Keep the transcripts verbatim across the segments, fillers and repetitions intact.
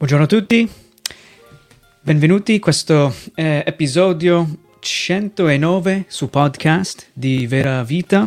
Buongiorno a tutti, benvenuti a questo eh, episodio centonove su podcast di Vera Vita.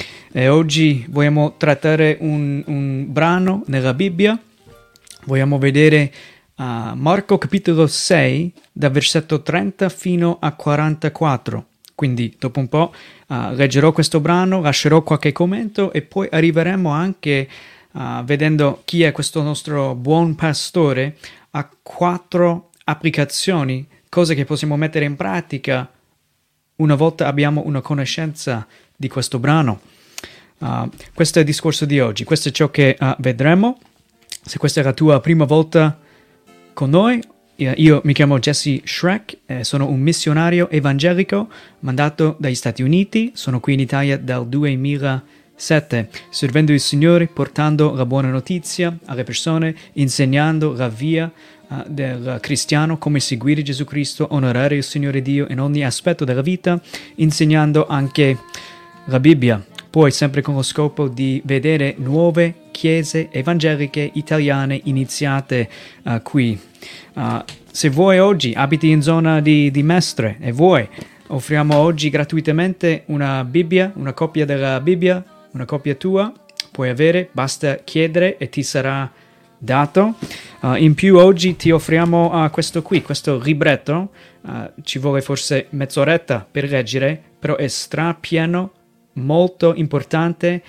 E oggi vogliamo trattare un, un brano nella Bibbia. Vogliamo vedere uh, Marco capitolo sei, da versetto trenta fino a quarantaquattro. Quindi dopo un po' uh, leggerò questo brano, lascerò qualche commento e poi arriveremo anche Uh, vedendo chi è questo nostro buon pastore, a quattro applicazioni, cose che possiamo mettere in pratica una volta abbiamo una conoscenza di questo brano. Uh, questo è il discorso di oggi, questo è ciò che uh, vedremo. Se questa è la tua prima volta con noi, io, io mi chiamo Jesse Schreck, eh, sono un missionario evangelico mandato dagli Stati Uniti, sono qui in Italia dal duemilasette. Sette, servendo il Signore, portando la buona notizia alle persone, insegnando la via uh, del cristiano, come seguire Gesù Cristo, onorare il Signore Dio in ogni aspetto della vita, insegnando anche la Bibbia. Poi sempre con lo scopo di vedere nuove chiese evangeliche italiane iniziate uh, qui. Uh, se vuoi oggi abiti in zona di, di Mestre e vuoi, offriamo oggi gratuitamente una Bibbia, una copia della Bibbia, una copia tua, puoi avere, basta chiedere e ti sarà dato. Uh, in più oggi ti offriamo uh, questo qui, questo libretto, uh, ci vuole forse mezz'oretta per leggere, però è strapieno, molto importante,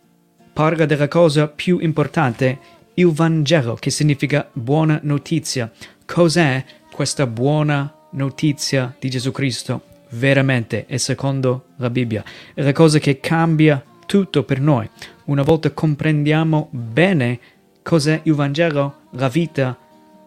parla della cosa più importante, il Vangelo, che significa buona notizia. Cos'è questa buona notizia di Gesù Cristo? Veramente, e secondo la Bibbia, è la cosa che cambia tutto per noi. Una volta comprendiamo bene cos'è il Vangelo, la vita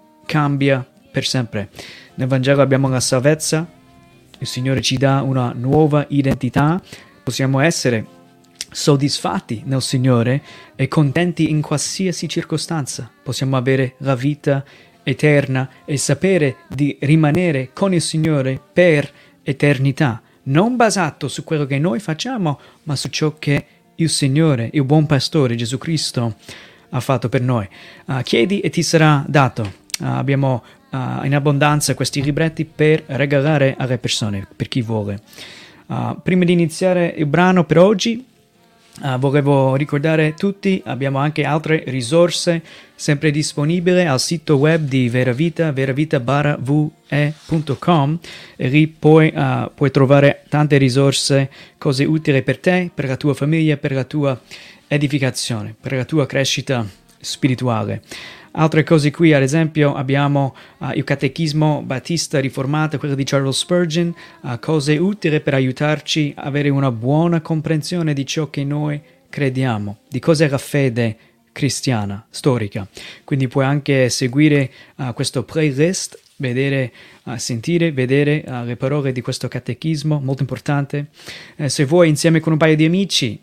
cambia per sempre. Nel Vangelo abbiamo la salvezza, il Signore ci dà una nuova identità, possiamo essere soddisfatti nel Signore e contenti in qualsiasi circostanza. Possiamo avere la vita eterna e sapere di rimanere con il Signore per eternità. Non basato su quello che noi facciamo, ma su ciò che il Signore, il buon pastore Gesù Cristo ha fatto per noi. Uh, chiedi e ti sarà dato. Uh, abbiamo uh, in abbondanza questi libretti per regalare alle persone, per chi vuole. Uh, prima di iniziare il brano per oggi, Uh, volevo ricordare tutti, abbiamo anche altre risorse sempre disponibili al sito web di Vera Vita, veravita barra v e punto com, e lì puoi, uh, puoi trovare tante risorse, cose utili per te, per la tua famiglia, per la tua edificazione, per la tua crescita spirituale. Altre cose qui, ad esempio, abbiamo uh, il Catechismo Battista Riformato, quello di Charles Spurgeon, uh, cose utili per aiutarci a avere una buona comprensione di ciò che noi crediamo, di cosa è la fede cristiana, storica. Quindi puoi anche seguire uh, questo playlist, vedere, uh, sentire, vedere uh, le parole di questo catechismo, molto importante. Uh, se vuoi, insieme con un paio di amici,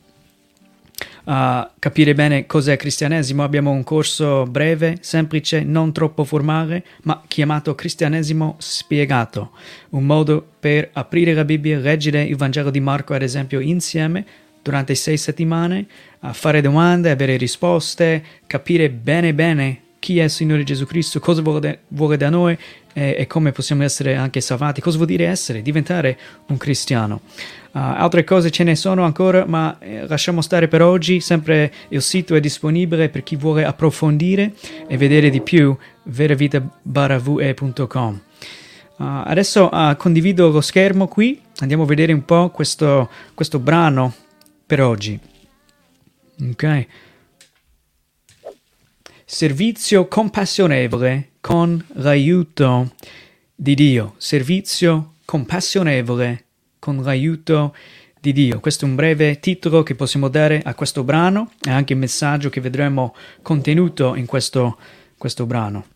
Uh, capire bene cos'è il cristianesimo, abbiamo un corso breve, semplice, non troppo formale, ma chiamato Cristianesimo Spiegato, un modo per aprire la Bibbia, leggere il Vangelo di Marco ad esempio insieme durante sei settimane, uh, fare domande, avere risposte, capire bene bene chi è il Signore Gesù Cristo, cosa vuole, vuole da noi e, e come possiamo essere anche salvati, cosa vuol dire essere, diventare un cristiano. Uh, altre cose ce ne sono ancora, ma eh, lasciamo stare per oggi. Sempre il sito è disponibile per chi vuole approfondire e vedere di più, veravita barra v e punto com. Uh, adesso uh, condivido lo schermo qui, andiamo a vedere un po' questo, questo brano per oggi. Ok. Servizio compassionevole con l'aiuto di Dio. Servizio compassionevole con l'aiuto di Dio. Questo è un breve titolo che possiamo dare a questo brano e anche il messaggio che vedremo contenuto in questo, questo brano.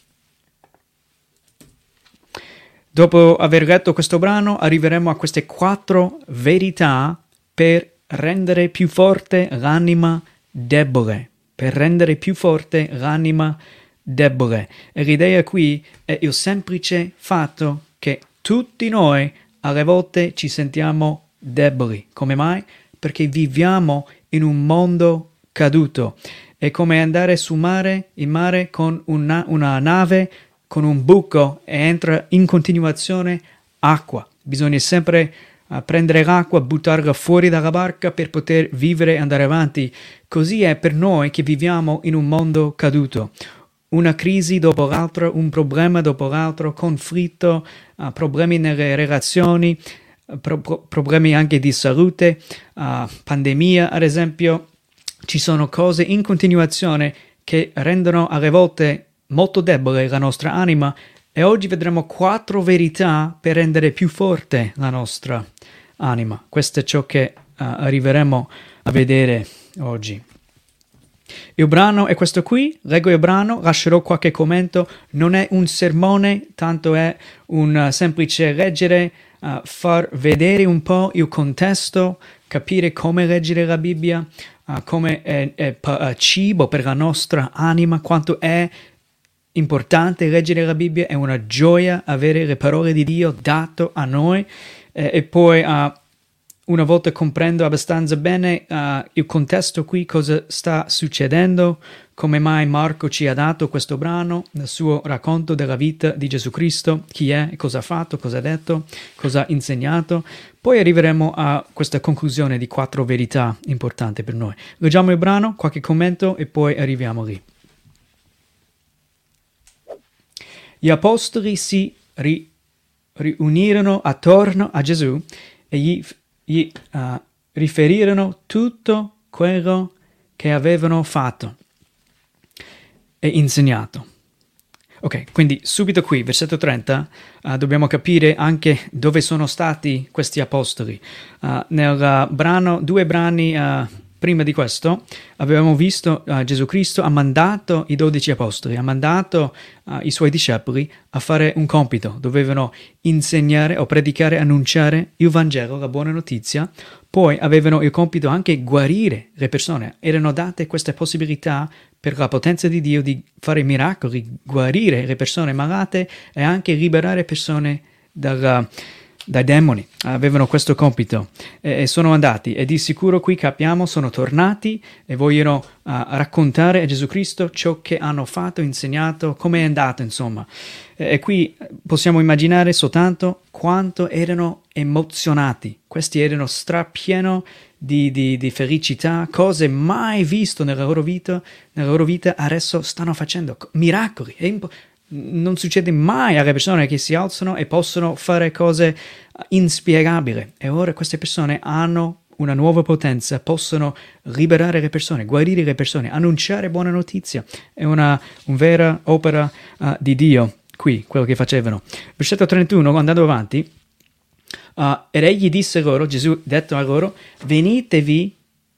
Dopo aver letto questo brano arriveremo a queste quattro verità per rendere più forte l'anima debole. Per rendere più forte l'anima debole. E l'idea qui è il semplice fatto che tutti noi alle volte ci sentiamo deboli. Come mai? Perché viviamo in un mondo caduto. È come andare su mare, in mare con una, una nave con un buco e entra in continuazione acqua. Bisogna sempre uh, prendere l'acqua, buttarla fuori dalla barca per poter vivere e andare avanti. Così è per noi che viviamo in un mondo caduto. Una crisi dopo l'altra, un problema dopo l'altro, conflitto, uh, problemi nelle relazioni, uh, pro- pro- problemi anche di salute, uh, pandemia ad esempio. Ci sono cose in continuazione che rendono alle volte molto debole la nostra anima, e oggi vedremo quattro verità per rendere più forte la nostra anima. Questo è ciò che uh, arriveremo a vedere oggi. Il brano è questo qui, leggo il brano, lascerò qualche commento, non è un sermone, tanto è un uh, semplice leggere, uh, far vedere un po' il contesto, capire come leggere la Bibbia, uh, come è, è uh, cibo per la nostra anima, quanto è importante leggere la Bibbia, è una gioia avere le parole di Dio dato a noi, eh, e poi uh, una volta comprendo abbastanza bene uh, il contesto qui, cosa sta succedendo, come mai Marco ci ha dato questo brano, il suo racconto della vita di Gesù Cristo, chi è, cosa ha fatto, cosa ha detto, cosa ha insegnato. Poi arriveremo a questa conclusione di quattro verità importanti per noi. Leggiamo il brano, qualche commento e poi arriviamo lì. Gli apostoli si ri- riunirono attorno a Gesù e gli, gli uh, riferirono tutto quello che avevano fatto e insegnato. Ok, quindi subito qui, versetto trenta, uh, dobbiamo capire anche dove sono stati questi apostoli. Uh, nel uh, brano, due brani uh, prima di questo, avevamo visto uh, Gesù Cristo ha mandato i dodici apostoli, ha mandato uh, i suoi discepoli a fare un compito. Dovevano insegnare o predicare, annunciare il Vangelo, la buona notizia. Poi avevano il compito anche guarire le persone. Erano date queste possibilità per la potenza di Dio di fare miracoli, guarire le persone malate e anche liberare persone dalla dai demoni. Avevano questo compito e, e sono andati, e di sicuro qui capiamo sono tornati e vogliono uh, raccontare a Gesù Cristo ciò che hanno fatto, insegnato, come è andato, insomma. E, e qui possiamo immaginare soltanto quanto erano emozionati. Questi erano strapieno di, di, di felicità, cose mai visto nella loro vita, nella loro vita adesso stanno facendo miracoli. È imp- Non succede mai alle persone che si alzano e possono fare cose inspiegabili. E ora queste persone hanno una nuova potenza, possono liberare le persone, guarire le persone, annunciare buona notizia. È una, una vera opera uh, di Dio qui, quello che facevano. Versetto trentuno, andando avanti, uh, ed egli disse loro, Gesù detto a loro, venitevi,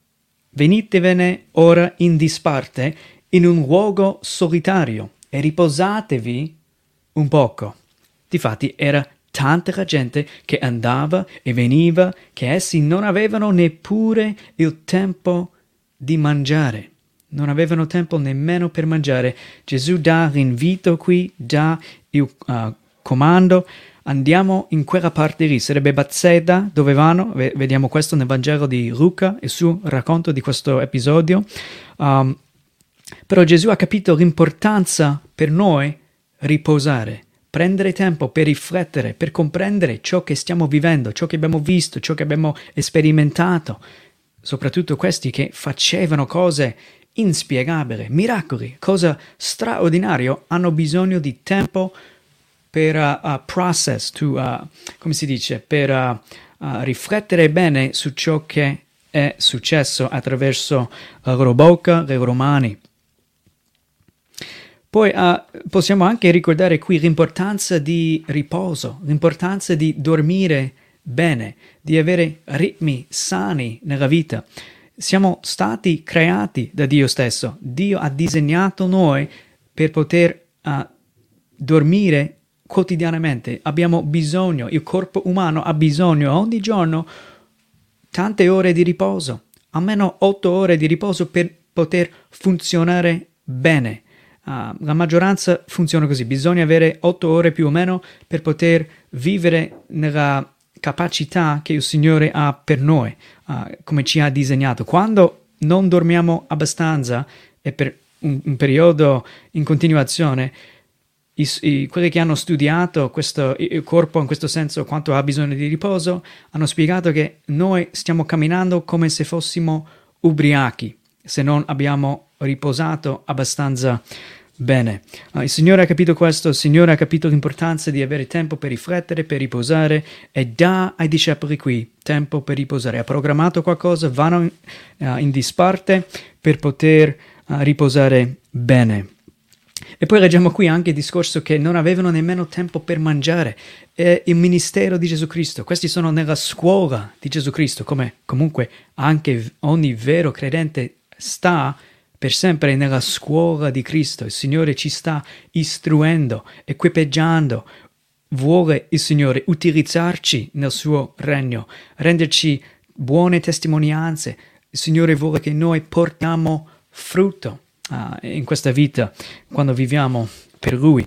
venitevene ora in disparte in un luogo solitario e riposatevi un poco. Difatti era tanta la gente che andava e veniva che essi non avevano neppure il tempo di mangiare. Non avevano tempo nemmeno per mangiare. Gesù dà l'invito qui, dà il uh, comando. Andiamo in quella parte lì, sarebbe Batseda, dove vanno, vediamo questo nel Vangelo di Luca, il suo racconto di questo episodio. Um, Però Gesù ha capito l'importanza per noi riposare, prendere tempo per riflettere, per comprendere ciò che stiamo vivendo, ciò che abbiamo visto, ciò che abbiamo sperimentato. Soprattutto questi che facevano cose inspiegabili, miracoli, cosa straordinario, hanno bisogno di tempo per uh, uh, process, to, uh, come si dice, per uh, uh, riflettere bene su ciò che è successo attraverso la loro bocca, le loro mani. Poi uh, possiamo anche ricordare qui l'importanza di riposo, l'importanza di dormire bene, di avere ritmi sani nella vita. Siamo stati creati da Dio stesso. Dio ha disegnato noi per poter uh, dormire quotidianamente. Abbiamo bisogno, il corpo umano ha bisogno ogni giorno tante ore di riposo, almeno otto ore di riposo per poter funzionare bene. Uh, la maggioranza funziona così, bisogna avere otto ore più o meno per poter vivere nella capacità che il Signore ha per noi, uh, come ci ha disegnato. Quando non dormiamo abbastanza, e per un, un periodo in continuazione, I, i, quelli che hanno studiato questo, il corpo in questo senso, quanto ha bisogno di riposo, hanno spiegato che noi stiamo camminando come se fossimo ubriachi, se non abbiamo riposato abbastanza bene. Uh, il Signore ha capito questo, il Signore ha capito l'importanza di avere tempo per riflettere, per riposare, e dà ai discepoli qui tempo per riposare. Ha programmato qualcosa, vanno in, uh, in disparte per poter uh, riposare bene. E poi leggiamo qui anche il discorso che non avevano nemmeno tempo per mangiare. È il ministero di Gesù Cristo. Questi sono nella scuola di Gesù Cristo, come comunque anche ogni vero credente sta per sempre nella scuola di Cristo. Il Signore ci sta istruendo, equipaggiando. Vuole il Signore utilizzarci nel suo regno, renderci buone testimonianze. Il Signore vuole che noi portiamo frutto Uh, in questa vita quando viviamo per Lui.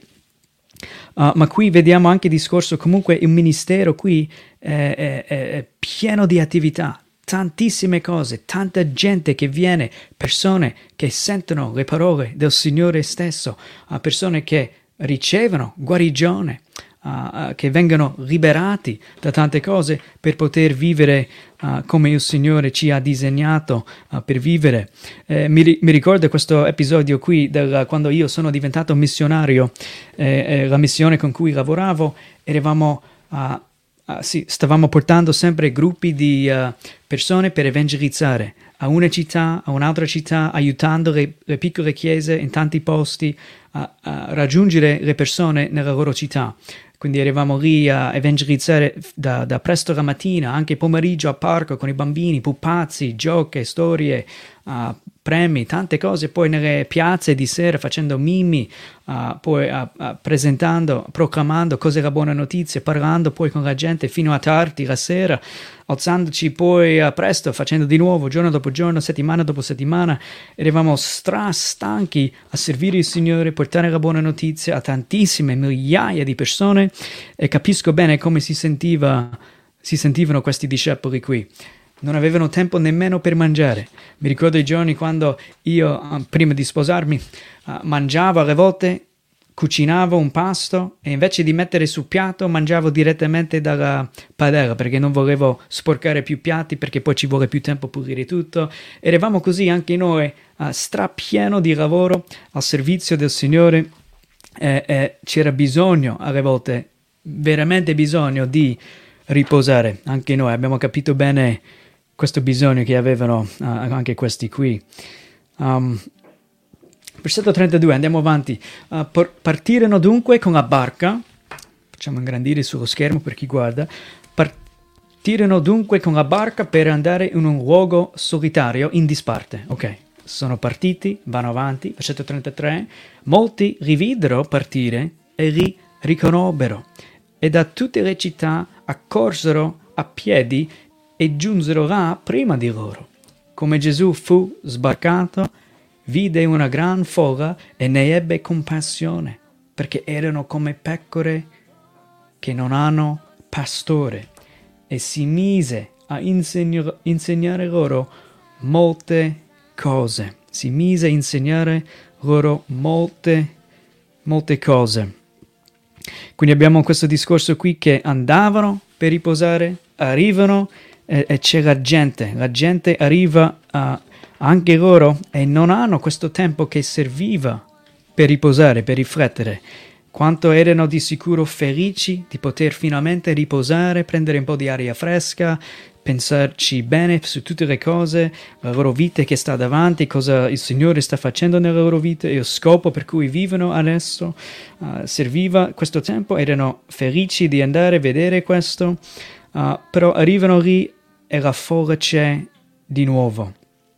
Uh, ma qui vediamo anche il discorso, comunque il ministero qui è, è, è pieno di attività, tantissime cose, tanta gente che viene, persone che sentono le parole del Signore stesso, uh, persone che ricevono guarigione, uh, uh, che vengono liberati da tante cose per poter vivere Uh, come il Signore ci ha disegnato uh, per vivere. Eh, mi, ri- mi ricordo questo episodio qui del, quando io sono diventato missionario, eh, eh, la missione con cui lavoravo, eravamo, uh, uh, sì, stavamo portando sempre gruppi di uh, persone per evangelizzare a una città, a un'altra città, aiutando le, le piccole chiese in tanti posti a, a raggiungere le persone nella loro città. Quindi eravamo lì a evangelizzare da, da presto la mattina, anche pomeriggio a parco con i bambini, pupazzi, giochi, storie, uh, premi, tante cose. Poi nelle piazze di sera facendo mimi, uh, poi uh, uh, presentando, proclamando cos'è la buona notizia, parlando poi con la gente fino a tardi la sera, alzandoci poi uh, presto, facendo di nuovo giorno dopo giorno, settimana dopo settimana. Eravamo strastanchi a servire il Signore, portare la buona notizia a tantissime migliaia di persone, e capisco bene come si sentiva, si sentivano questi discepoli qui. Non avevano tempo nemmeno per mangiare. Mi ricordo i giorni quando io, prima di sposarmi, mangiavo alle volte, cucinavo un pasto e invece di mettere sul piatto mangiavo direttamente dalla padella, perché non volevo sporcare più piatti, perché poi ci vuole più tempo a pulire tutto. Eravamo così anche noi, strapieno di lavoro al servizio del Signore, e, e c'era bisogno alle volte, veramente bisogno di riposare. Anche noi abbiamo capito bene questo bisogno che avevano uh, anche questi qui. Um, versetto trentadue, andiamo avanti. Uh, por- partirono dunque con la barca, facciamo ingrandire sullo schermo per chi guarda, partirono dunque con la barca per andare in un luogo solitario in disparte. Ok, sono partiti, vanno avanti. Versetto trentatré, molti li videro partire e li riconobbero, e da tutte le città accorsero a piedi e giunsero là prima di loro. Come Gesù fu sbarcato, vide una gran folla e ne ebbe compassione, perché erano come pecore che non hanno pastore, e si mise a insegno- insegnare loro molte cose. Si mise a insegnare loro molte, molte cose. Quindi abbiamo questo discorso qui che andavano per riposare, arrivano e, e c'è la gente. La gente arriva a, anche loro e non hanno questo tempo che serviva per riposare, per riflettere. Quanto erano di sicuro felici di poter finalmente riposare, prendere un po' di aria fresca, pensarci bene su tutte le cose, la loro vita che sta davanti, cosa il Signore sta facendo nella loro vita e lo scopo per cui vivono adesso. Uh, serviva questo tempo, erano felici di andare a vedere questo, uh, però arrivano lì e la folla c'è di nuovo.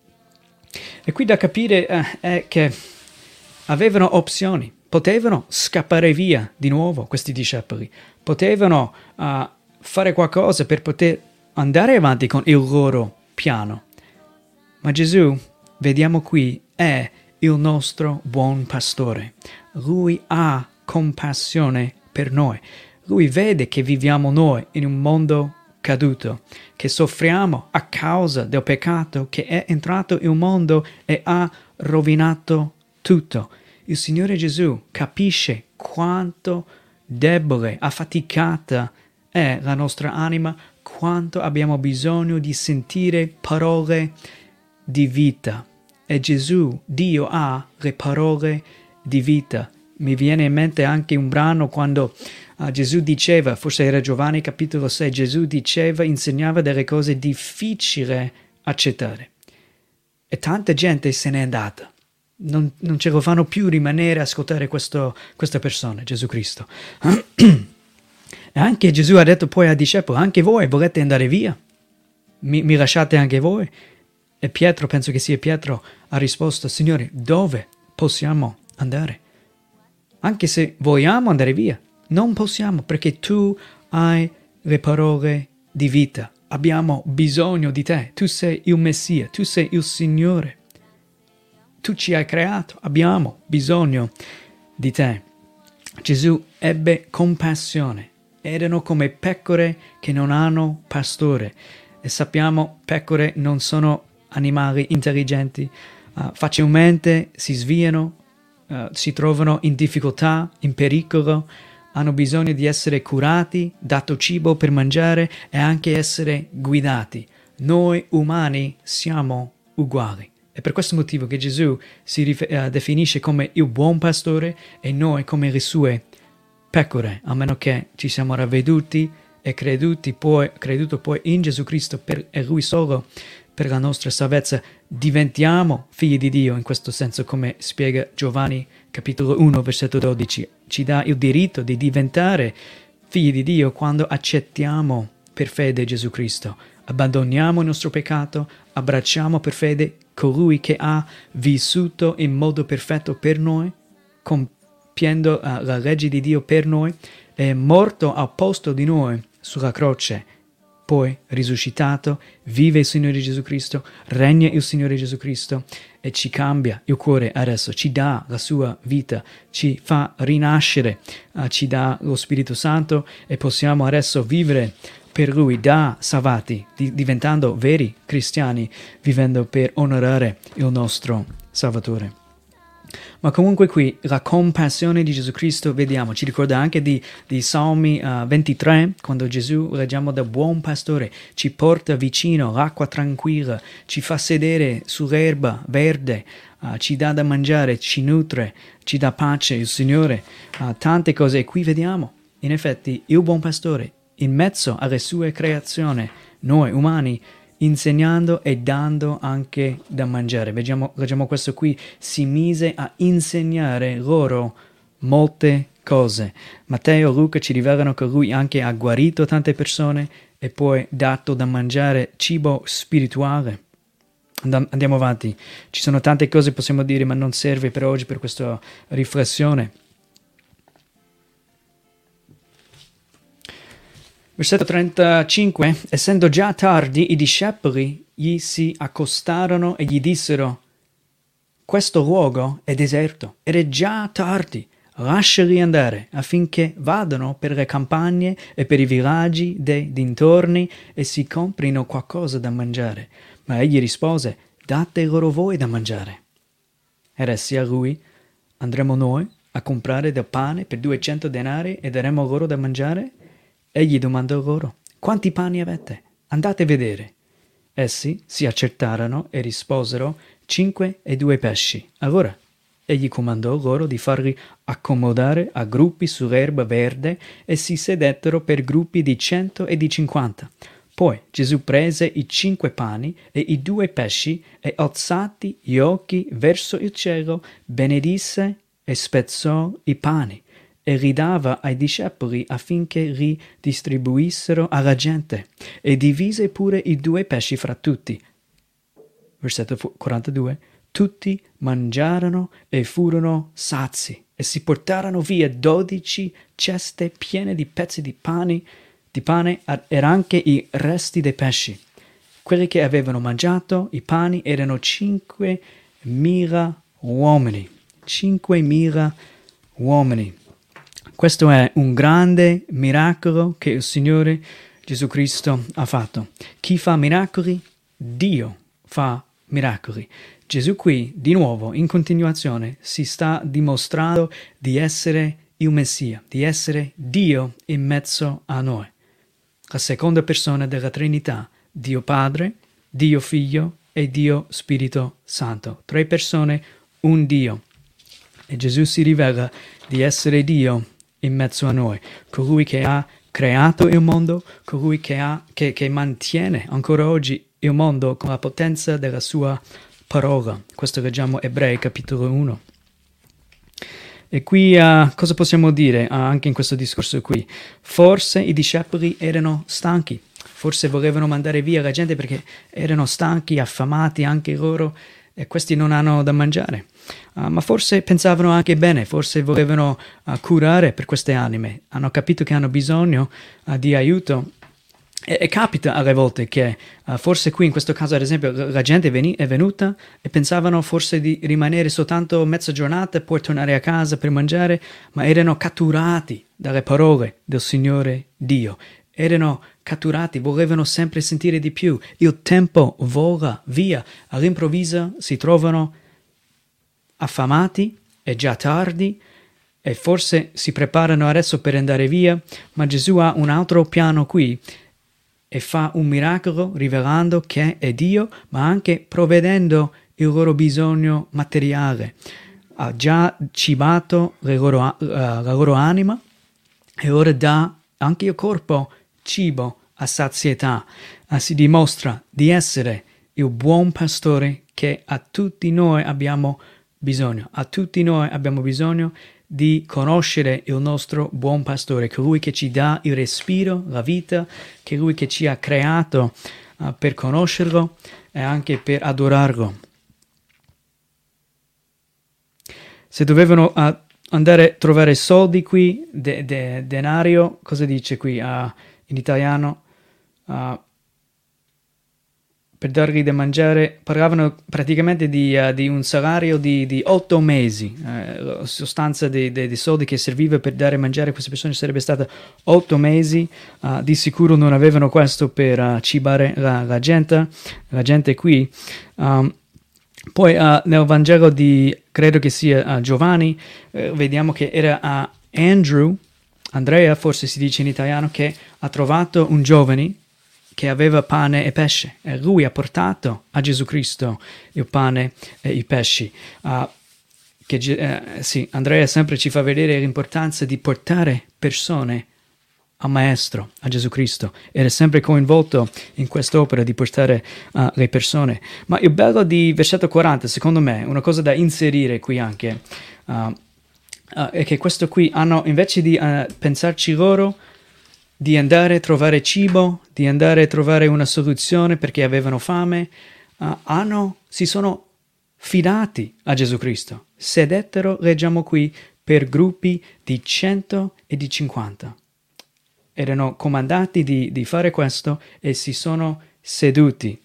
E qui da capire uh, è che avevano opzioni. Potevano scappare via di nuovo questi discepoli, potevano uh, fare qualcosa per poter andare avanti con il loro piano. Ma Gesù, vediamo qui, è il nostro buon pastore. Lui ha compassione per noi. Lui vede che viviamo noi in un mondo caduto, che soffriamo a causa del peccato che è entrato in un mondo e ha rovinato tutto. Il Signore Gesù capisce quanto debole, affaticata è la nostra anima, quanto abbiamo bisogno di sentire parole di vita. E Gesù, Dio, ha le parole di vita. Mi viene in mente anche un brano quando uh, Gesù diceva, forse era Giovanni capitolo sei, Gesù diceva, insegnava delle cose difficili a accettare. E tanta gente se n'è andata. Non, non ce lo fanno più rimanere a ascoltare questo, questa persona, Gesù Cristo. E anche Gesù ha detto poi ai discepoli, anche voi volete andare via? Mi, mi lasciate anche voi? E Pietro, penso che sia Pietro, ha risposto, Signore, dove possiamo andare? Anche se vogliamo andare via, non possiamo perché tu hai le parole di vita. Abbiamo bisogno di te. Tu sei il Messia, tu sei il Signore. Tu ci hai creato, abbiamo bisogno di te. Gesù ebbe compassione. Erano come pecore che non hanno pastore. E sappiamo, pecore non sono animali intelligenti. Uh, facilmente si sviano, uh, si trovano in difficoltà, in pericolo. Hanno bisogno di essere curati, dato cibo per mangiare e anche essere guidati. Noi umani siamo uguali. È per questo motivo che Gesù si rif- uh, definisce come il buon pastore e noi come le sue pecore, a meno che ci siamo ravveduti e creduti poi, creduto poi in Gesù Cristo per, e Lui solo per la nostra salvezza, diventiamo figli di Dio, in questo senso come spiega Giovanni capitolo uno, versetto dodici. Ci dà il diritto di diventare figli di Dio quando accettiamo per fede Gesù Cristo. Abbandoniamo il nostro peccato, abbracciamo per fede colui che ha vissuto in modo perfetto per noi, compiendo uh, la legge di Dio per noi, è morto al posto di noi sulla croce, poi risuscitato, vive il Signore Gesù Cristo, regna il Signore Gesù Cristo e ci cambia il cuore adesso, ci dà la sua vita, ci fa rinascere, uh, ci dà lo Spirito Santo e possiamo adesso vivere per Lui, da salvati, di, diventando veri cristiani, vivendo per onorare il nostro Salvatore. Ma comunque qui la compassione di Gesù Cristo, vediamo, ci ricorda anche di, di Salmi uh, ventitré, quando Gesù, leggiamo del buon pastore, ci porta vicino l'acqua tranquilla, ci fa sedere sull'erba verde, uh, ci dà da mangiare, ci nutre, ci dà pace, il Signore, uh, tante cose. E qui vediamo, in effetti, il buon pastore, in mezzo alle sue creazioni, noi umani, insegnando e dando anche da mangiare. Vediamo, leggiamo questo qui, si mise a insegnare loro molte cose. Matteo e Luca ci rivelano che lui anche ha guarito tante persone e poi dato da mangiare cibo spirituale. Andiamo avanti. Ci sono tante cose possiamo dire, ma non serve per oggi per questa riflessione. Versetto trentacinque. Essendo già tardi, i discepoli gli si accostarono e gli dissero: questo luogo è deserto ed è già tardi, lasciali andare affinché vadano per le campagne e per i villaggi dei dintorni e si comprino qualcosa da mangiare. Ma egli rispose: date loro voi da mangiare. Ed essi a lui: andremo noi a comprare del pane per duecento denari e daremo loro da mangiare? Egli domandò loro: quanti pani avete? Andate a vedere. Essi si accertarono e risposero: cinque e due pesci. Allora egli comandò loro di farli accomodare a gruppi sull'erba verde e si sedettero per gruppi di cento e di cinquanta. Poi Gesù prese i cinque pani e i due pesci e, alzati gli occhi verso il cielo, benedisse e spezzò i pani e ridava ai discepoli affinché li distribuissero alla gente, e divise pure i due pesci fra tutti. Versetto quarantadue. Tutti mangiarono e furono sazi, e si portarono via dodici ceste piene di pezzi di pani, di pane e anche i resti dei pesci. Quelli che avevano mangiato i pani erano cinquemila uomini. Cinquemila uomini. Questo è un grande miracolo che il Signore Gesù Cristo ha fatto. Chi fa miracoli? Dio fa miracoli. Gesù qui, di nuovo, in continuazione, si sta dimostrando di essere il Messia, di essere Dio in mezzo a noi. La seconda persona della Trinità, Dio Padre, Dio Figlio e Dio Spirito Santo. Tre persone, un Dio. E Gesù si rivela di essere Dio in mezzo a noi, colui che ha creato il mondo, colui che, ha, che, che mantiene ancora oggi il mondo con la potenza della sua parola. Questo leggiamo Ebrei capitolo uno. E qui uh, cosa possiamo dire uh, anche in questo discorso qui? Forse i discepoli erano stanchi, forse volevano mandare via la gente perché erano stanchi, affamati anche loro, e questi non hanno da mangiare. Uh, ma forse pensavano anche bene, forse volevano uh, curare per queste anime, hanno capito che hanno bisogno uh, di aiuto. E, e capita alle volte che uh, forse qui in questo caso ad esempio la gente veni- è venuta e pensavano forse di rimanere soltanto mezza giornata e poi tornare a casa per mangiare, ma erano catturati dalle parole del Signore Dio. Erano catturati, volevano sempre sentire di più. Il tempo vola via. All'improvviso si trovano affamati, è già tardi e forse si preparano adesso per andare via, ma Gesù ha un altro piano qui e fa un miracolo rivelando che è Dio, ma anche provvedendo il loro bisogno materiale. Ha già cibato le loro, uh, la loro anima e ora dà anche il corpo cibo a sazietà. Uh, si dimostra di essere il buon pastore che a tutti noi abbiamo bisogno. A tutti noi abbiamo bisogno di conoscere il nostro buon pastore, colui che ci dà il respiro, la vita, che lui che ci ha creato uh, per conoscerlo e anche per adorarlo. Se dovevano uh, andare a trovare soldi qui, de, de, denario, cosa dice qui uh, in italiano? Uh, per dargli da mangiare, parlavano praticamente di, uh, di un salario di, di otto mesi, eh, la sostanza di, di, di soldi che serviva per dare a mangiare a queste persone sarebbe stata otto mesi, uh, di sicuro non avevano questo per uh, cibare la, la gente, la gente qui. Um, poi uh, nel Vangelo di, credo che sia uh, Giovanni, eh, vediamo che era uh, Andrew, Andrea forse si dice in italiano, che ha trovato un giovane che aveva pane e pesce, e lui ha portato a Gesù Cristo il pane e i pesci. Uh, che, uh, sì, Andrea sempre ci fa vedere l'importanza di portare persone al Maestro, a Gesù Cristo. Era sempre coinvolto in quest'opera di portare uh, le persone. Ma il bello di versetto quaranta, secondo me, una cosa da inserire qui anche, uh, uh, è che questo qui hanno, invece di uh, pensarci loro, di andare a trovare cibo, di andare a trovare una soluzione perché avevano fame, uh, hanno, si sono fidati a Gesù Cristo. Sedettero, leggiamo qui, per gruppi di cento e di cinquanta. Erano comandati di, di fare questo e si sono seduti.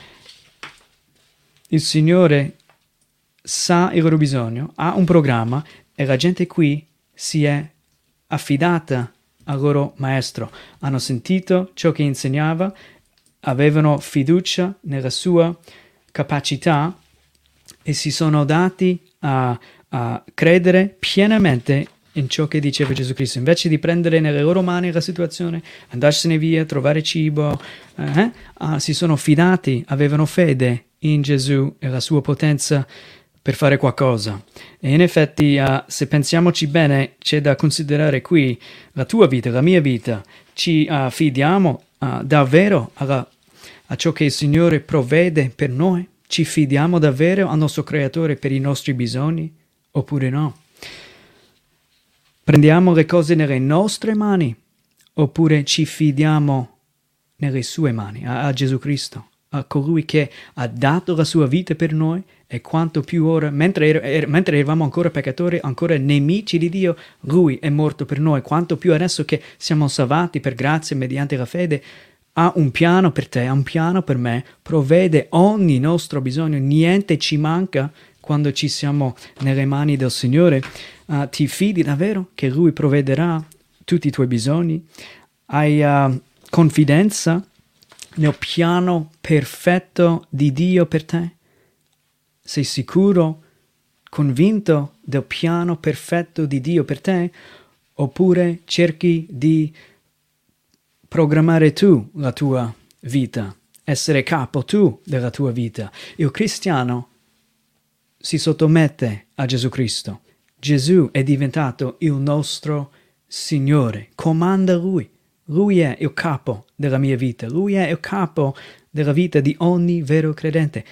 Il Signore sa il loro bisogno, ha un programma e la gente qui si è affidata al loro maestro. Hanno sentito ciò che insegnava, avevano fiducia nella sua capacità e si sono dati a, a credere pienamente in ciò che diceva Gesù Cristo. Invece di prendere nelle loro mani la situazione, andarsene via, trovare cibo, eh, ah, si sono fidati, avevano fede in Gesù e la sua potenza per fare qualcosa. E in effetti, uh, se pensiamoci bene, c'è da considerare qui la tua vita, la mia vita. Ci uh, fidiamo uh, davvero alla, a ciò che il Signore provvede per noi? Ci fidiamo davvero al nostro Creatore per i nostri bisogni? Oppure no? Prendiamo le cose nelle nostre mani? Oppure ci fidiamo nelle sue mani, a, a Gesù Cristo? A colui che ha dato la sua vita per noi e quanto più ora, mentre, er- er- mentre eravamo ancora peccatori, ancora nemici di Dio, lui è morto per noi, quanto più adesso che siamo salvati per grazia mediante la fede, ha un piano per te, ha un piano per me, provvede ogni nostro bisogno, niente ci manca quando ci siamo nelle mani del Signore. Uh, ti fidi davvero che lui provvederà tutti i tuoi bisogni? Hai... Uh, confidenza nel piano perfetto di Dio per te? Sei sicuro, convinto del piano perfetto di Dio per te? Oppure cerchi di programmare tu la tua vita, essere capo tu della tua vita? Il cristiano si sottomette a Gesù Cristo. Gesù è diventato il nostro Signore, comanda Lui. Lui è il capo della mia vita, Lui è il capo della vita di ogni vero credente.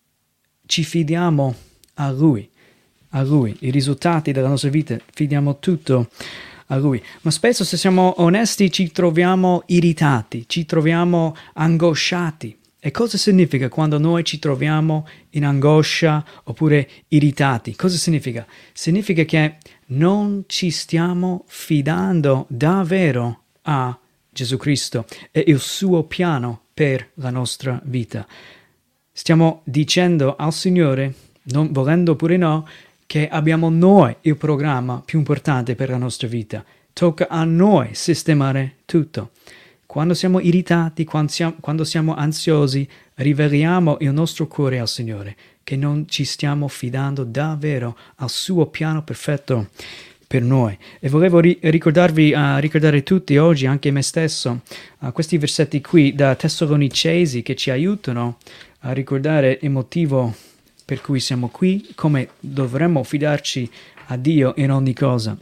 Ci fidiamo a Lui, a Lui. I risultati della nostra vita, fidiamo tutto a Lui. Ma spesso, se siamo onesti, ci troviamo irritati, ci troviamo angosciati. E cosa significa quando noi ci troviamo in angoscia oppure irritati? Cosa significa? Significa che non ci stiamo fidando davvero a Gesù Cristo e il suo piano per la nostra vita. Stiamo dicendo al Signore, non volendo oppure no, che abbiamo noi il programma più importante per la nostra vita. Tocca a noi sistemare tutto. Quando siamo irritati, quando siamo, quando siamo ansiosi, riveliamo il nostro cuore al Signore, che non ci stiamo fidando davvero al suo piano perfetto per noi. E volevo ri- ricordarvi, uh, ricordare tutti oggi, anche me stesso, uh, questi versetti qui da Tessalonicesi che ci aiutano a ricordare il motivo per cui siamo qui, come dovremmo fidarci a Dio in ogni cosa.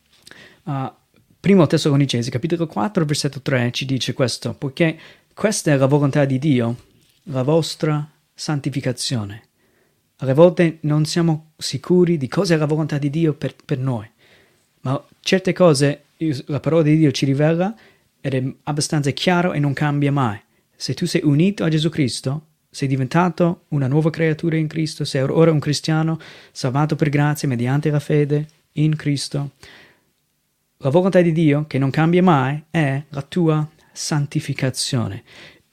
Uh, Primo Tessalonicesi, capitolo quattro, versetto tre, ci dice questo: poiché questa è la volontà di Dio, la vostra santificazione. Alle volte non siamo sicuri di cosa è la volontà di Dio per, per noi, ma certe cose la parola di Dio ci rivela ed è abbastanza chiaro e non cambia mai. Se tu sei unito a Gesù Cristo, sei diventato una nuova creatura in Cristo, sei ora un cristiano salvato per grazia mediante la fede in Cristo. La volontà di Dio, che non cambia mai, è la tua santificazione.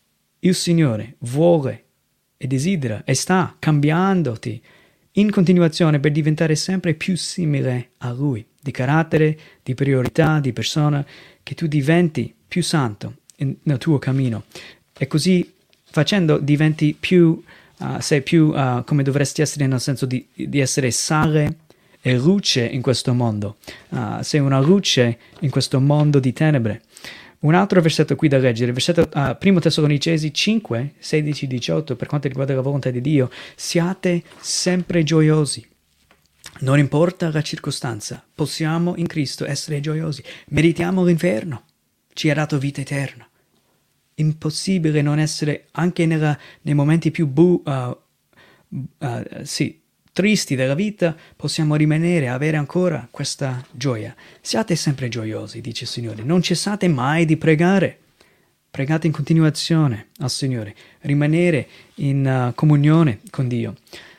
Il Signore vuole e desidera e sta cambiandoti in continuazione per diventare sempre più simile a Lui, di carattere, di priorità, di persona, che tu diventi più santo in, nel tuo cammino. E così facendo diventi più, uh, sei più uh, come dovresti essere, nel senso di, di essere sale e luce in questo mondo. Uh, sei una luce in questo mondo di tenebre. Un altro versetto qui da leggere, versetto uh, primo Tessalonicesi cinque, sedici diciotto, per quanto riguarda la volontà di Dio: siate sempre gioiosi. Non importa la circostanza, possiamo in Cristo essere gioiosi. Meritiamo l'inferno, ci ha dato vita eterna. Impossibile non essere, anche nella, nei momenti più bu, uh, uh, sì, tristi della vita, possiamo rimanere, avere ancora questa gioia. Siate sempre gioiosi, dice il Signore. Non cessate mai di pregare. Pregate in continuazione al Signore. Rimanere in uh, comunione con Dio.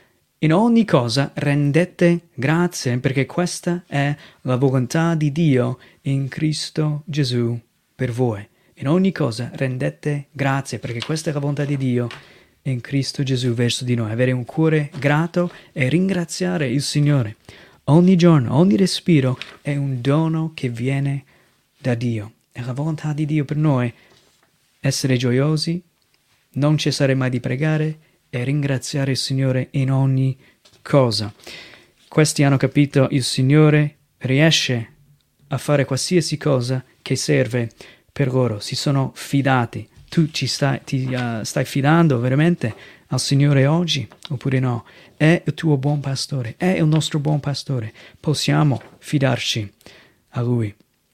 In ogni cosa rendete grazie, perché questa è la volontà di Dio in Cristo Gesù per voi. In ogni cosa rendete grazie, perché questa è la volontà di Dio in Cristo Gesù verso di noi. Avere un cuore grato e ringraziare il Signore. Ogni giorno, ogni respiro è un dono che viene da Dio. È la volontà di Dio per noi essere gioiosi, non cessare mai di pregare e ringraziare il Signore in ogni cosa. Questi hanno capito, il Signore riesce a fare qualsiasi cosa che serve per loro. Si sono fidati. Tu ci stai, ti uh, stai fidando veramente al Signore oggi oppure no? È il tuo buon pastore, è il nostro buon pastore. Possiamo fidarci a Lui.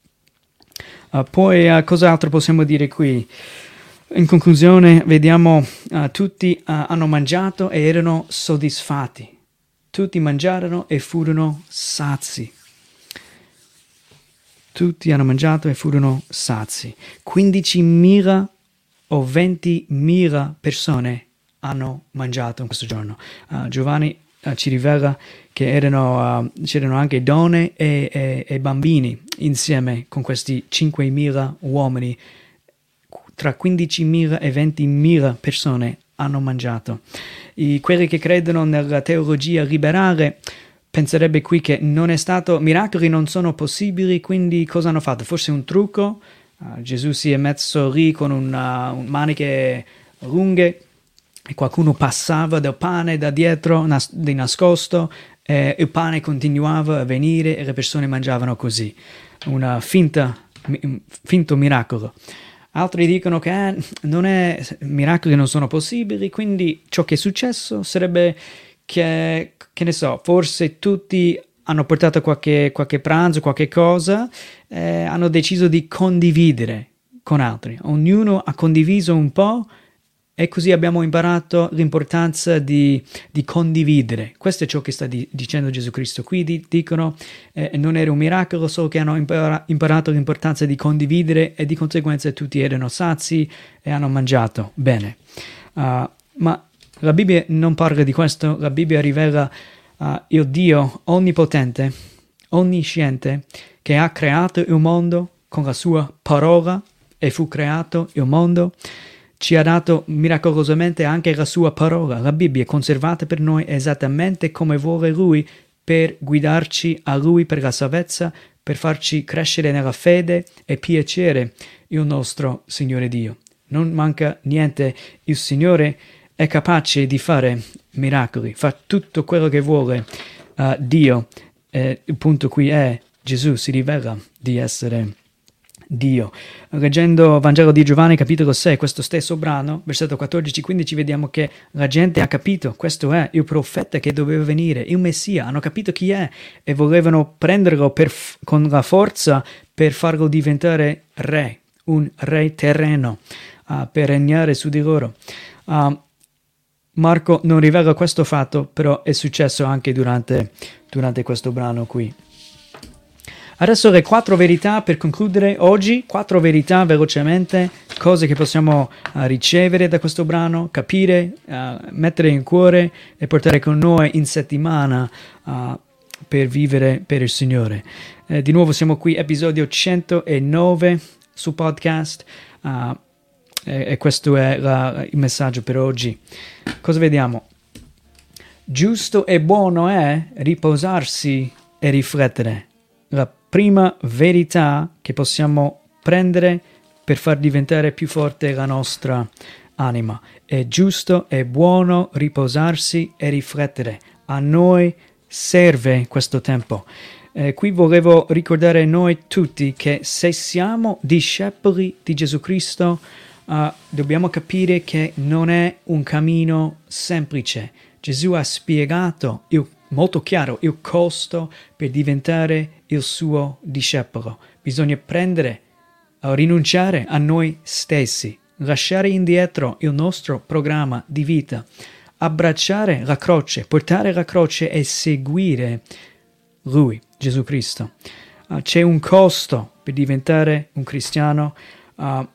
Uh, poi uh, cos'altro possiamo dire qui? In conclusione, vediamo uh, tutti uh, hanno mangiato e erano soddisfatti. Tutti mangiarono e furono sazi. Tutti hanno mangiato e furono sazi. quindicimila o ventimila persone hanno mangiato in questo giorno. Uh, Giovanni uh, ci rivela che erano, uh, c'erano anche donne e, e, e bambini insieme con questi cinquemila uomini. Tra quindicimila e ventimila persone hanno mangiato. I, quelli che credono nella teologia liberale penserebbe qui che non è stato, miracoli non sono possibili, quindi cosa hanno fatto? Forse un trucco? Uh, Gesù si è messo lì con una, un maniche lunghe e qualcuno passava del pane da dietro nas- di nascosto e il pane continuava a venire e le persone mangiavano così. Una finta, un finto miracolo. Altri dicono che eh, non è, miracoli non sono possibili, quindi ciò che è successo sarebbe che, che ne so, forse tutti hanno portato qualche, qualche pranzo, qualche cosa, eh, hanno deciso di condividere con altri. Ognuno ha condiviso un po' e così abbiamo imparato l'importanza di, di condividere. Questo è ciò che sta di, dicendo Gesù Cristo. Qui di, dicono eh, non era un miracolo, solo che hanno impara, imparato l'importanza di condividere e di conseguenza tutti erano sazi e hanno mangiato bene. Uh, ma la Bibbia non parla di questo, la Bibbia rivela uh, il Dio onnipotente, onnisciente, che ha creato il mondo con la sua parola e fu creato il mondo. Ci ha dato miracolosamente anche la sua parola. La Bibbia è conservata per noi esattamente come vuole Lui, per guidarci a Lui per la salvezza, per farci crescere nella fede e piacere il nostro Signore Dio. Non manca niente, il Signore è capace di fare miracoli, fa tutto quello che vuole uh, Dio. Eh, il punto qui è Gesù si rivela di essere Dio. Leggendo Vangelo di Giovanni capitolo sei, questo stesso brano, versetto quattordici quindici, vediamo che la gente ha capito, questo è il profeta che doveva venire, il Messia, hanno capito chi è e volevano prenderlo per, con la forza per farlo diventare re, un re terreno, uh, per regnare su di loro. Uh, Marco non rivela questo fatto, però è successo anche durante, durante questo brano qui. Adesso le quattro verità per concludere oggi, quattro verità velocemente, cose che possiamo uh, ricevere da questo brano, capire, uh, mettere in cuore e portare con noi in settimana uh, per vivere per il Signore. Eh, di nuovo siamo qui, episodio centonove su podcast uh, e, e questo è la, il messaggio per oggi. Cosa vediamo? Giusto e buono è riposarsi e riflettere. La prima verità che possiamo prendere per far diventare più forte la nostra anima. È giusto e buono riposarsi e riflettere. A noi serve questo tempo. Eh, qui volevo ricordare a noi tutti che se siamo discepoli di Gesù Cristo, uh, dobbiamo capire che non è un cammino semplice. Gesù ha spiegato il molto chiaro il costo per diventare il suo discepolo. Bisogna prendere o rinunciare a noi stessi, lasciare indietro il nostro programma di vita, abbracciare la croce, portare la croce e seguire Lui, Gesù Cristo. Uh, c'è un costo per diventare un cristiano uh,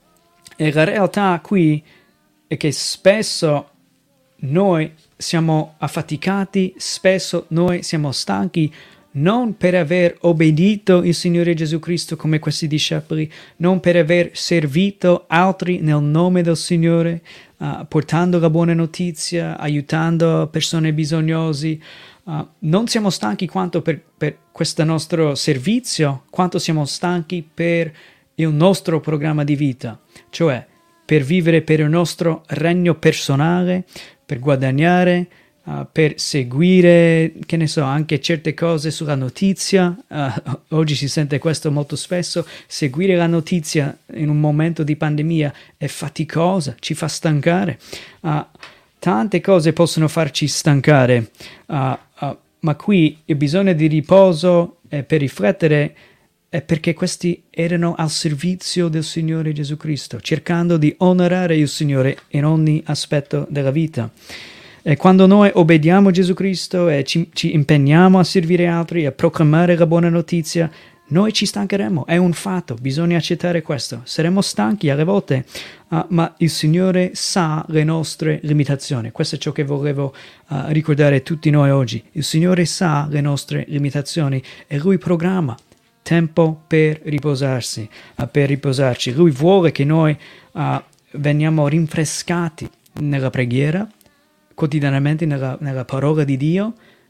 e la realtà qui è che spesso noi siamo affaticati, spesso noi siamo stanchi non per aver obbedito il Signore Gesù Cristo come questi discepoli, non per aver servito altri nel nome del Signore, uh, portando la buona notizia, aiutando persone bisognosi. Uh, non siamo stanchi quanto per, per questo nostro servizio, quanto siamo stanchi per il nostro programma di vita, cioè per vivere per il nostro regno personale, per guadagnare, uh, per seguire, che ne so, anche certe cose sulla notizia. Uh, oggi si sente questo molto spesso. Seguire la notizia in un momento di pandemia è faticosa, ci fa stancare. Uh, tante cose possono farci stancare, uh, uh, ma qui il bisogno di riposo e per riflettere è perché questi erano al servizio del Signore Gesù Cristo, cercando di onorare il Signore in ogni aspetto della vita. E quando noi obbediamo a Gesù Cristo e ci, ci impegniamo a servire altri, a proclamare la buona notizia, noi ci stancheremo, è un fatto, bisogna accettare questo. Saremo stanchi alle volte, uh, ma il Signore sa le nostre limitazioni. Questo è ciò che volevo uh, ricordare a tutti noi oggi. Il Signore sa le nostre limitazioni e Lui programma tempo per riposarsi, uh, per riposarci. Lui vuole che noi uh, veniamo rinfrescati nella preghiera, quotidianamente nella, nella parola di Dio,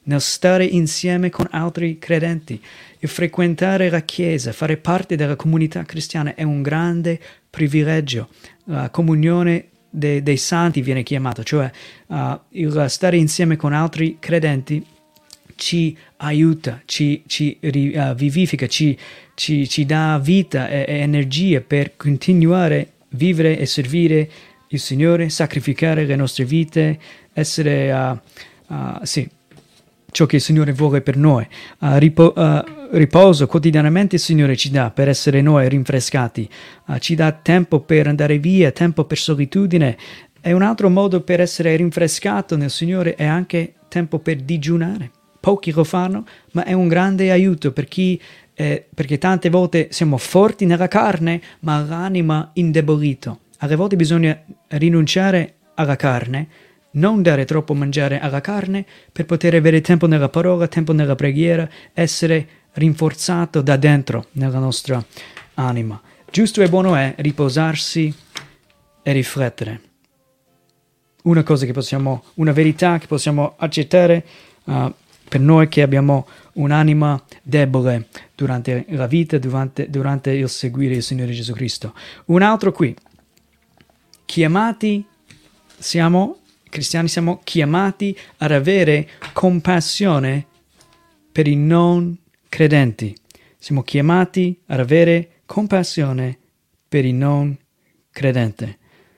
nel stare insieme con altri credenti. Il frequentare la Chiesa, fare parte della comunità cristiana è un grande privilegio. La comunione de- dei santi viene chiamata, cioè uh, il stare insieme con altri credenti ci aiuta, ci, ci uh, vivifica, ci, ci, ci dà vita e, e energie per continuare a vivere e servire il Signore, sacrificare le nostre vite, essere, uh, uh, sì, ciò che il Signore vuole per noi. Uh, ripo- uh, riposo quotidianamente il Signore ci dà per essere noi rinfrescati, uh, ci dà tempo per andare via, tempo per solitudine. E un altro modo per essere rinfrescato nel Signore è anche tempo per digiunare. Pochi lo fanno, ma è un grande aiuto per chi, eh, perché tante volte siamo forti nella carne, ma l'anima indebolito. Alle volte bisogna rinunciare alla carne, non dare troppo mangiare alla carne per poter avere tempo nella parola, tempo nella preghiera, essere rinforzato da dentro nella nostra anima. Giusto e buono è riposarsi e riflettere. Una cosa che possiamo, una verità che possiamo accettare uh, per noi che abbiamo un'anima debole durante la vita, durante, durante il seguire il Signore Gesù Cristo. Un altro qui. Chiamati, siamo cristiani, siamo chiamati ad avere compassione per i non credenti. Siamo chiamati ad avere compassione per i non credenti.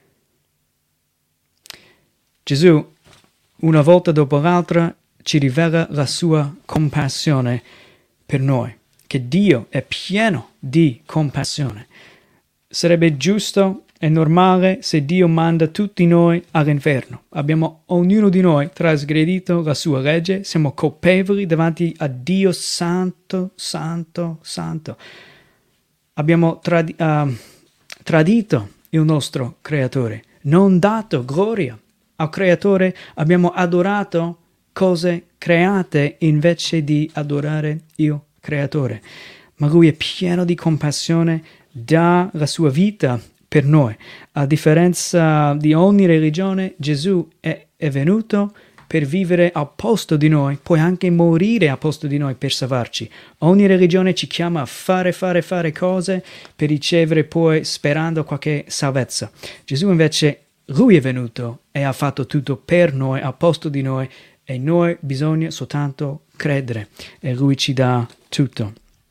Gesù, una volta dopo l'altra, ci rivela la sua compassione per noi, che Dio è pieno di compassione. Sarebbe giusto è normale se Dio manda tutti noi all'inferno. Abbiamo ognuno di noi trasgredito la sua legge, siamo colpevoli davanti a Dio santo, santo, santo. Abbiamo trad- uh, tradito il nostro Creatore, non dato gloria al Creatore, abbiamo adorato cose create invece di adorare il Creatore. Ma Lui è pieno di compassione, dà la sua vita per noi. A differenza di ogni religione, Gesù è, è venuto per vivere al posto di noi, poi anche morire al posto di noi per salvarci. Ogni religione ci chiama a fare, fare, fare cose per ricevere poi sperando qualche salvezza. Gesù invece, Lui è venuto e ha fatto tutto per noi, al posto di noi, e noi bisogna soltanto credere e Lui ci dà tutto.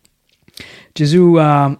Gesù uh,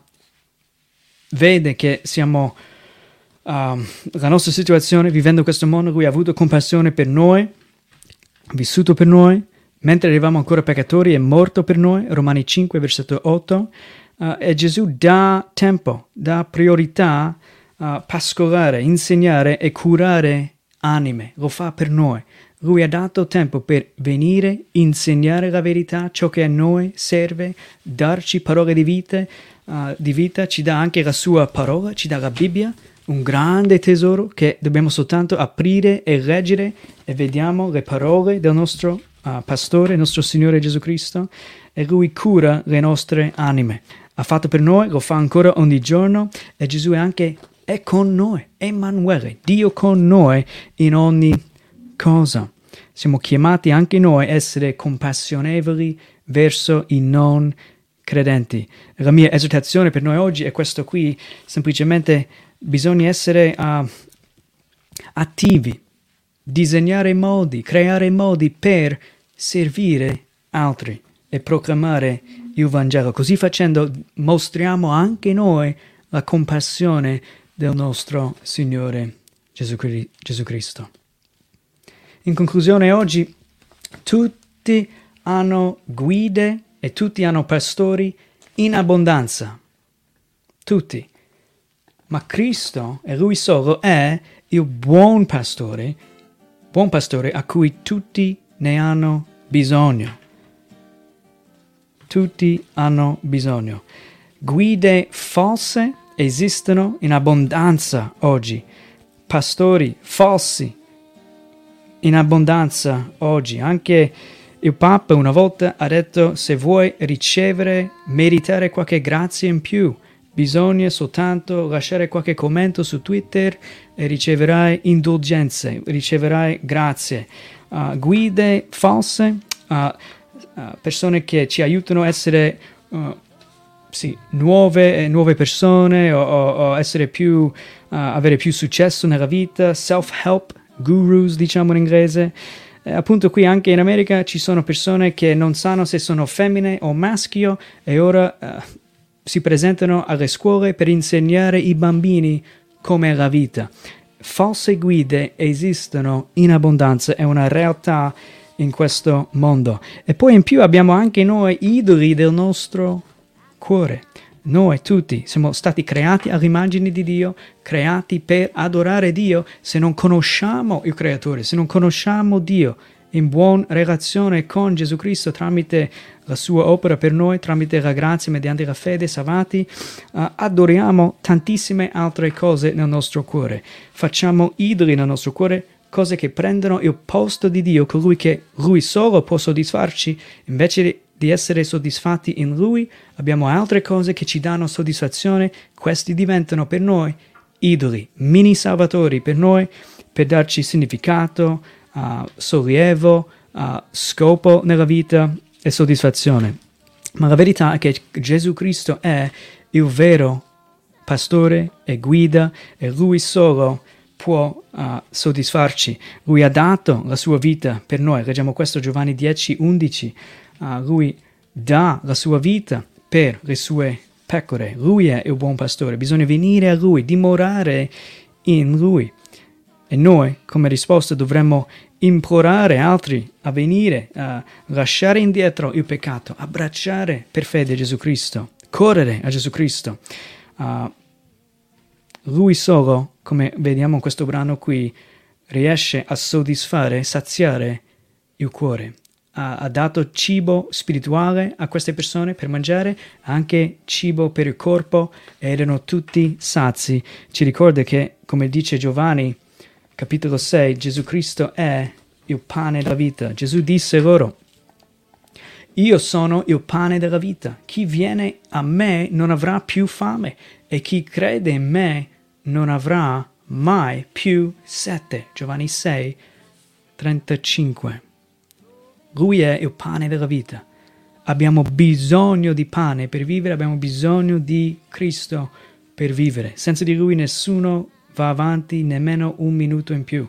vede che siamo, uh, la nostra situazione, vivendo questo mondo, Lui ha avuto compassione per noi, ha vissuto per noi, mentre eravamo ancora peccatori è morto per noi, Romani cinque, versetto otto, uh, e Gesù dà tempo, dà priorità a pascolare, insegnare e curare anime, lo fa per noi. Lui ha dato tempo per venire, insegnare la verità, ciò che a noi serve, darci parole di vita, uh, di vita, ci dà anche la sua parola, ci dà la Bibbia, un grande tesoro che dobbiamo soltanto aprire e leggere e vediamo le parole del nostro uh, pastore, il nostro Signore Gesù Cristo, e Lui cura le nostre anime. Ha fatto per noi, lo fa ancora ogni giorno, e Gesù è anche è con noi, Emanuele, Dio con noi in ogni cosa. Siamo chiamati anche noi a essere compassionevoli verso i non credenti. La mia esortazione per noi oggi è questo qui, semplicemente bisogna essere uh, attivi, disegnare modi, creare modi per servire altri e proclamare il Vangelo. Così facendo mostriamo anche noi la compassione del nostro Signore Gesù, Gesù Cristo. In conclusione, oggi tutti hanno guide e tutti hanno pastori in abbondanza. Tutti. Ma Cristo, e Lui solo, è il buon pastore, buon pastore a cui tutti ne hanno bisogno. Tutti hanno bisogno. Guide false esistono in abbondanza oggi. Pastori falsi in abbondanza oggi. Anche il Papa una volta ha detto: se vuoi ricevere, meritare qualche grazia in più, bisogna soltanto lasciare qualche commento su Twitter e riceverai indulgenze, riceverai grazie. Uh, guide false uh, uh, persone che ci aiutano a essere uh, sì, nuove, nuove persone o, o, o essere più, uh, avere più successo nella vita, self-help, gurus diciamo in inglese. Eh, appunto qui anche in America ci sono persone che non sanno se sono femmine o maschio e ora uh, si presentano alle scuole per insegnare ai bambini com'è la vita. False guide esistono in abbondanza, è una realtà in questo mondo. E poi in più abbiamo anche noi idoli del nostro cuore. Noi tutti siamo stati creati all'immagine di Dio, creati per adorare Dio. Se non conosciamo il Creatore, se non conosciamo Dio in buona relazione con Gesù Cristo tramite la sua opera per noi, tramite la grazia, mediante la fede, salvati, uh, adoriamo tantissime altre cose nel nostro cuore. Facciamo idoli nel nostro cuore, cose che prendono il posto di Dio, colui che Lui solo può soddisfarci. Invece di di essere soddisfatti in Lui, abbiamo altre cose che ci danno soddisfazione. Questi diventano per noi idoli, mini salvatori per noi, per darci significato, uh, sollievo, uh, scopo nella vita e soddisfazione. Ma la verità è che Gesù Cristo è il vero pastore e guida e Lui solo può uh, soddisfarci. Lui ha dato la sua vita per noi. Leggiamo questo Giovanni dieci undici. Uh, lui dà la sua vita per le sue pecore. Lui è il buon pastore. Bisogna venire a Lui, dimorare in Lui. E noi, come risposta, dovremmo implorare altri a venire, a lasciare indietro il peccato, abbracciare per fede Gesù Cristo, correre a Gesù Cristo. Uh, lui solo, come vediamo in questo brano qui, riesce a soddisfare, saziare il cuore. Ha, ha dato cibo spirituale a queste persone per mangiare, anche cibo per il corpo, e erano tutti sazi. Ci ricorda che, come dice Giovanni, capitolo sei, Gesù Cristo è il pane della vita. Gesù disse loro: io sono il pane della vita. Chi viene a me non avrà più fame e chi crede in me non avrà mai più sete. Giovanni sei, trentacinque. Lui è il pane della vita. Abbiamo bisogno di pane per vivere, abbiamo bisogno di Cristo per vivere. Senza di Lui nessuno va avanti nemmeno un minuto in più.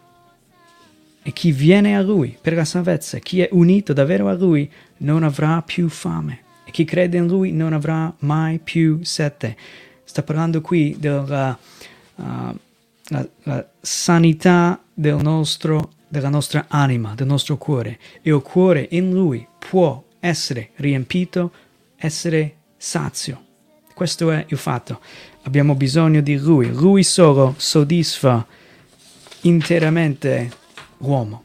E chi viene a Lui per la salvezza, chi è unito davvero a Lui, non avrà più fame. E chi crede in Lui non avrà mai più sete. Sta parlando qui della uh, la, la sanità del nostro della nostra anima, del nostro cuore. E il cuore in Lui può essere riempito, essere sazio. Questo è il fatto. Abbiamo bisogno di Lui. Lui solo soddisfa interamente l'uomo.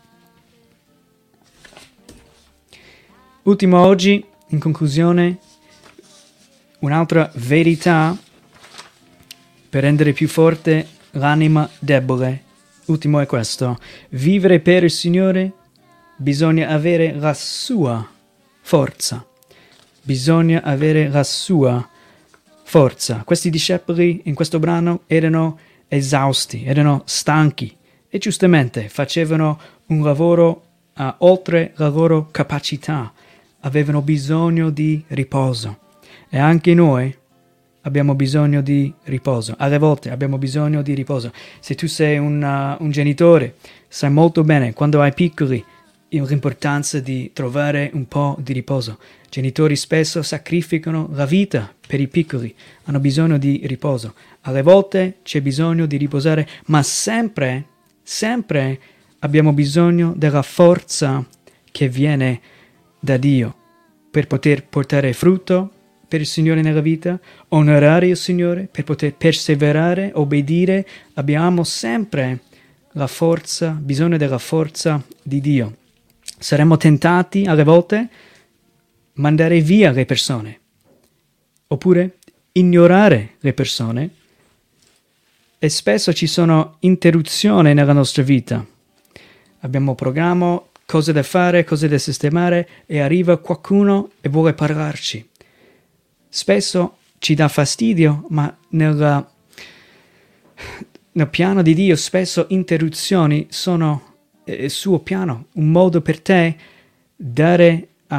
Ultimo oggi, in conclusione, un'altra verità per rendere più forte l'anima debole. Ultimo è questo: vivere per il Signore bisogna avere la sua forza. Bisogna avere la sua forza. Questi discepoli in questo brano erano esausti, erano stanchi e giustamente facevano un lavoro uh, oltre la loro capacità. Avevano bisogno di riposo. E anche noi abbiamo bisogno di riposo. Alle volte abbiamo bisogno di riposo. Se tu sei un, uh, un genitore, sai molto bene quando hai piccoli l'importanza di trovare un po' di riposo. Genitori spesso sacrificano la vita per i piccoli, hanno bisogno di riposo. Alle volte c'è bisogno di riposare, ma sempre, sempre abbiamo bisogno della forza che viene da Dio per poter portare frutto per il Signore nella vita, onorare il Signore, per poter perseverare, obbedire. Abbiamo sempre la forza, bisogno della forza di Dio. Saremmo tentati alle volte mandare via le persone, oppure ignorare le persone, e spesso ci sono interruzioni nella nostra vita. Abbiamo programma, cose da fare, cose da sistemare, e arriva qualcuno e vuole parlarci. Spesso ci dà fastidio, ma nella, nel piano di Dio spesso interruzioni sono il suo piano, un modo per te dare uh,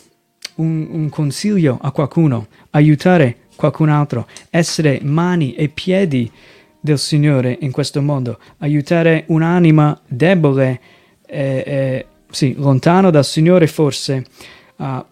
un, un consiglio a qualcuno, aiutare qualcun altro, essere mani e piedi del Signore in questo mondo, aiutare un'anima debole, eh, eh, sì, lontano dal Signore forse, a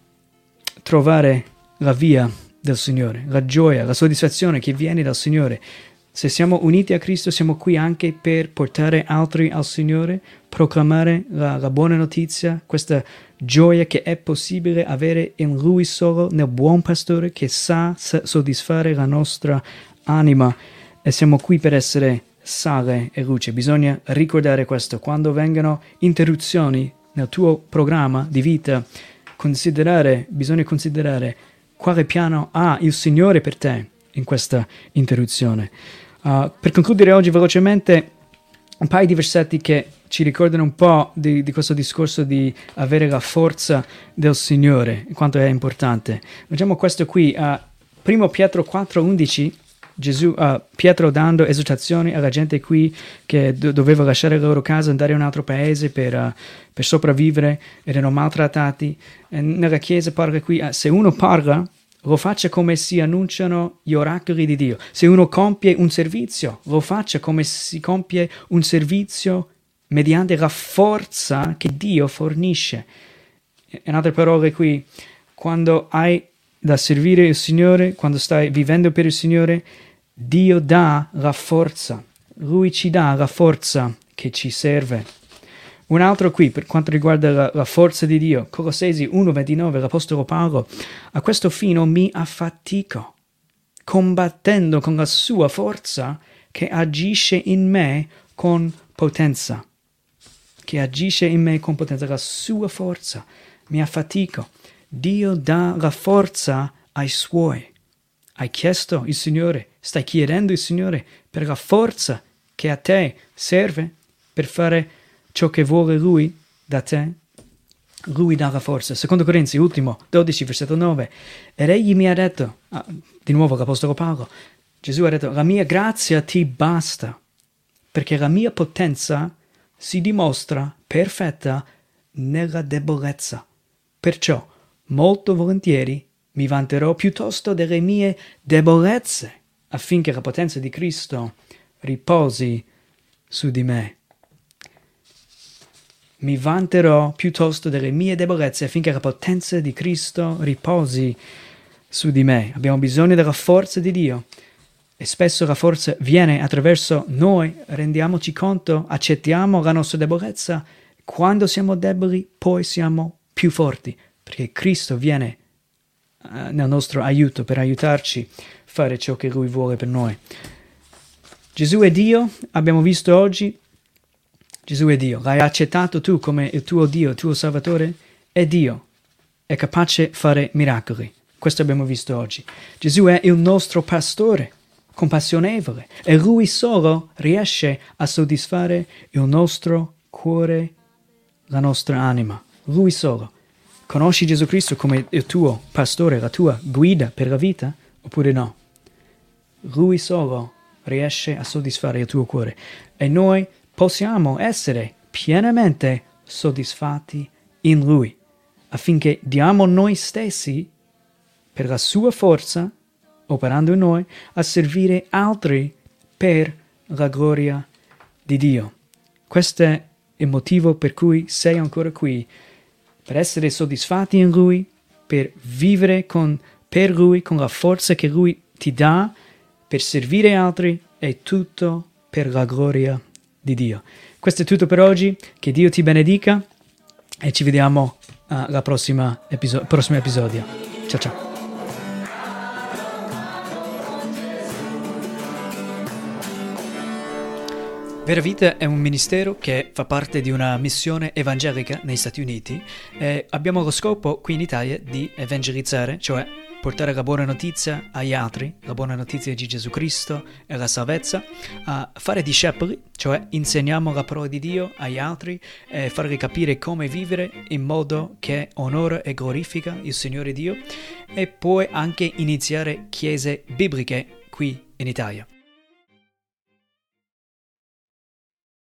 trovare la via del Signore, la gioia, la soddisfazione che viene dal Signore. Se siamo uniti a Cristo siamo qui anche per portare altri al Signore, proclamare la, la buona notizia, questa gioia che è possibile avere in Lui solo, nel buon pastore che sa soddisfare la nostra anima, e siamo qui per essere sale e luce. Bisogna ricordare questo. Quando vengono interruzioni nel tuo programma di vita, considerare, bisogna considerare quale piano ha il Signore per te in questa interruzione. Uh, per concludere oggi velocemente un paio di versetti che ci ricordano un po' di, di questo discorso di avere la forza del Signore, quanto è importante. Leggiamo questo qui, uh, primo Pietro quattro undici, Gesù, uh, Pietro dando esortazioni alla gente qui che do- doveva lasciare la loro casa, andare in un altro paese per, uh, per sopravvivere, erano maltrattati. E nella chiesa parla qui, uh, se uno parla, lo faccia come si annunciano gli oracoli di Dio. Se uno compie un servizio, lo faccia come si compie un servizio mediante la forza che Dio fornisce. In altre parole qui, quando hai da servire il Signore, quando stai vivendo per il Signore, Dio dà la forza. Lui ci dà la forza che ci serve. Un altro qui, per quanto riguarda la, la forza di Dio, Colossesi uno ventinove, l'Apostolo Paolo, a questo fine mi affatico, combattendo con la sua forza che agisce in me con potenza. Che agisce in me con potenza, la sua forza, mi affatico. Dio dà la forza ai suoi. Hai chiesto il Signore, stai chiedendo il Signore per la forza che a te serve per fare ciò che vuole Lui da te. Lui dà la forza. Secondo Corinzi, ultimo, dodici, versetto nove. Ed egli mi ha detto, ah, di nuovo l'Apostolo Paolo, Gesù ha detto, la mia grazia ti basta, perché la mia potenza si dimostra perfetta nella debolezza. Perciò, molto volentieri, mi vanterò piuttosto delle mie debolezze, affinché la potenza di Cristo riposi su di me. Mi vanterò piuttosto delle mie debolezze affinché la potenza di Cristo riposi su di me. Abbiamo bisogno della forza di Dio e spesso la forza viene attraverso noi, rendiamoci conto, accettiamo la nostra debolezza. Quando siamo deboli poi siamo più forti, perché Cristo viene uh, nel nostro aiuto per aiutarci a fare ciò che Lui vuole per noi. Gesù è Dio, abbiamo visto oggi. Gesù è Dio, l'hai accettato tu come il tuo Dio, il tuo Salvatore? È Dio, è capace di fare miracoli. Questo abbiamo visto oggi. Gesù è il nostro pastore, compassionevole, e Lui solo riesce a soddisfare il nostro cuore, la nostra anima. Lui solo. Conosci Gesù Cristo come il tuo pastore, la tua guida per la vita? Oppure no? Lui solo riesce a soddisfare il tuo cuore. E noi possiamo essere pienamente soddisfatti in Lui, affinché diamo noi stessi, per la sua forza, operando in noi, a servire altri per la gloria di Dio. Questo è il motivo per cui sei ancora qui, per essere soddisfatti in Lui, per vivere con, per Lui, con la forza che Lui ti dà, per servire altri, e tutto per la gloria di Dio. Questo è tutto per oggi, che Dio ti benedica e ci vediamo al prossimo episodio. Ciao ciao. Vera Vita è un ministero che fa parte di una missione evangelica negli Stati Uniti e abbiamo lo scopo qui in Italia di evangelizzare, cioè portare la buona notizia agli altri, la buona notizia di Gesù Cristo e la salvezza, a fare discepoli, cioè insegniamo la parola di Dio agli altri e farli capire come vivere in modo che onora e glorifica il Signore Dio, e poi anche iniziare chiese bibliche qui in Italia.